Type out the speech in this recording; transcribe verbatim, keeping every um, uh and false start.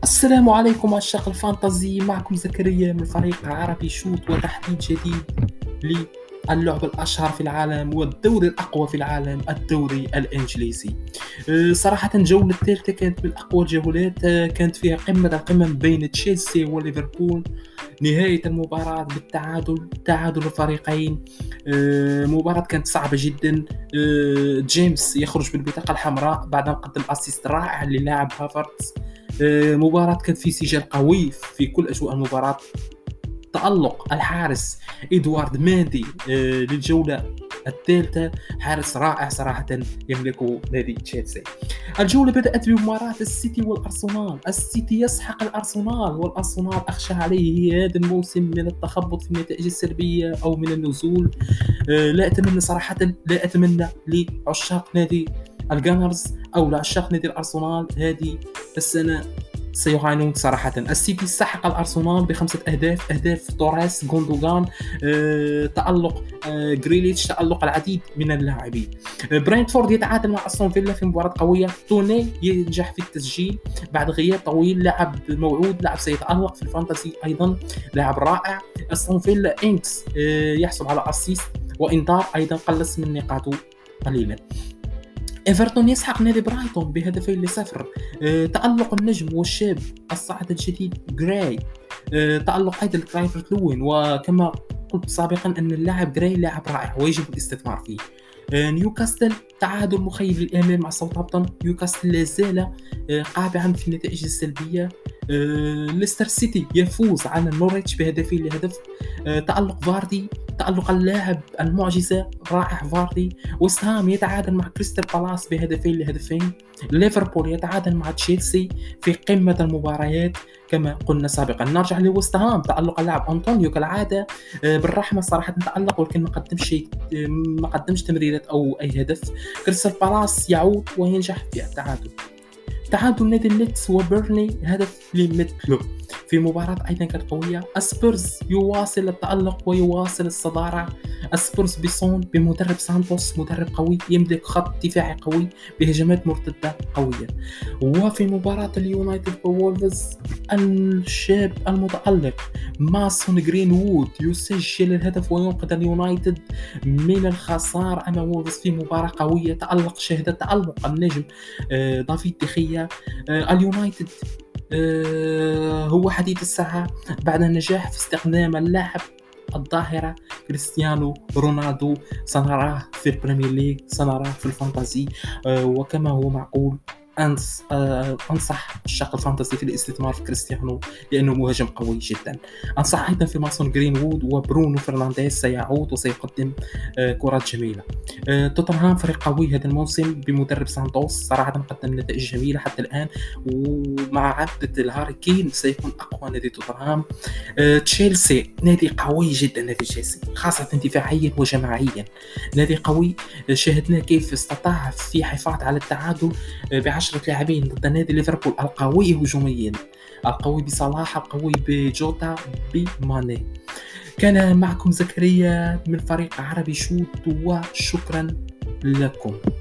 السلام عليكم عشاق الفانتازي، معكم زكريا من فريق عربي شوت وتحديد جديد للعبة الأشهر في العالم والدوري الأقوى في العالم، الدوري الإنجليزي. أه، صراحة الجولة الثالثة كانت من أقوى الجولات، أه، كانت فيها قمة القمم بين تشيلسي وليفربول. نهاية المباراة بالتعادل، تعادل الفريقين. أه، مباراة كانت صعبة جدا. أه، جيمس يخرج بالبطاقة الحمراء بعد أن قدم أسيست رائع للاعب هافرتز. آه، مباراة كانت في سجال قوي في كل أجواء المباراة. تألق الحارس إدوارد ماندي آه، للجولة الثالثة، حارس رائع صراحة يملكه نادي تشيلسي. الجولة بدأت بمباراة السيتي والأرسنال. السيتي يسحق الأرسنال، والأرسنال أخشى عليه هذا الموسم من التخبط في النتائج السلبية أو من النزول. آه، لا أتمنى صراحة، لا أتمنى لعشاق نادي الجانرز أو لعشاق نادي الأرسنال هذه السنة سيعانون صراحة. السيتي سحق الأرسنال بخمسة أهداف، أهداف توريس، غوندوغان، أه، تألق أه، جريليتش، تألق العديد من اللاعبين. أه، برينتفورد يتعادل مع أستون فيلا في مباراة قوية. توني ينجح في التسجيل بعد غياب طويل، لاعب موعود، لاعب سيتألق في الفانتسي أيضا، لاعب رائع. أستون فيلا إنكس أه، يحصل على أسيست وإنذار أيضا قلص من نقاطه قليلا. ايفرتون يسحق نادي برايتون بهدفين لصفر. أه، تألق النجم والشاب الصاعد الجديد جراي. أه، تألق ايضا كرايفرت لوين، وكما قلت سابقا ان اللاعب جراي لاعب رائع ويجب الاستثمار فيه. أه، نيوكاسل تعادل مخيب للامام مع ساوثهامبتون. نيوكاسل لا زال أه، قابعا في النتائج السلبيه. أه، ليستر سيتي يفوز على نوريتش بهدفين لهدف. أه، تألق فاردي، تألق اللاعب المعجزة رائع فاردي. ويست هام يتعادل مع كريستال بالاس بهدفين لهدفين. ليفربول يتعادل مع تشيلسي في قمة المباريات كما قلنا سابقا. نرجع لويست هام، تألق اللاعب أنطونيو كالعادة بالرحمة صراحة، تألق ولكن ما قدمش شيء، ما قدمش تمريرات أو أي هدف. كريستال بالاس يعود وينجح في التعادل. تعادل نادي الليدز وبيرني هدف لمثله في مباراة أيضا كانت قوية. أسبرز يواصل التألق ويواصل الصدارة. أسبرز بصون بمدرب سانتوس، مدرب قوي يملك خط دفاعي قوي بهجمات مرتدة قوية. وفي مباراة اليونايتد وولفز، الشاب المتألق ماسون جرينوود يسجل الهدف وينقذ اليونايتد من الخسارة أمام وولفز في مباراة قوية. تألق شهد تألق النجم آه دافيد دخيا. آه اليونايتد آه هو حديث الساعة بعد النجاح في استخدام اللاعب الظاهرة كريستيانو رونالدو. سنراه في البريمير ليج، سنراه في الفانتازي، آه وكما هو معقول أنص... آه أنصح الشق الفانتسي في الاستثمار في كريستيانو لأنه مهاجم قوي جدا. أنصح أيضا في ماسون جرينوود، وبرونو فرنانديز سيعود وسيقدم آه كرات جميلة. آه توتنهام فريق قوي هذا الموسم بمدرب سانتوس، صراحة قدم نتائج جميلة حتى الآن، ومع عودة الهاري كين سيكون أقوى نادي توتنهام. آه تشيلسي نادي قوي جدا، نادي تشيلسي خاصة دفاعيا وجماعيا، نادي قوي. آه شاهدنا كيف استطاع في حفاظ على التعادل آه بعشرة لاعبين ضد نادي ليفربول القوي هجوميا، القوي بصلاح، القوي بجوتا، بماني. كان معكم زكريا من فريق عربي شوت، وشكرا لكم.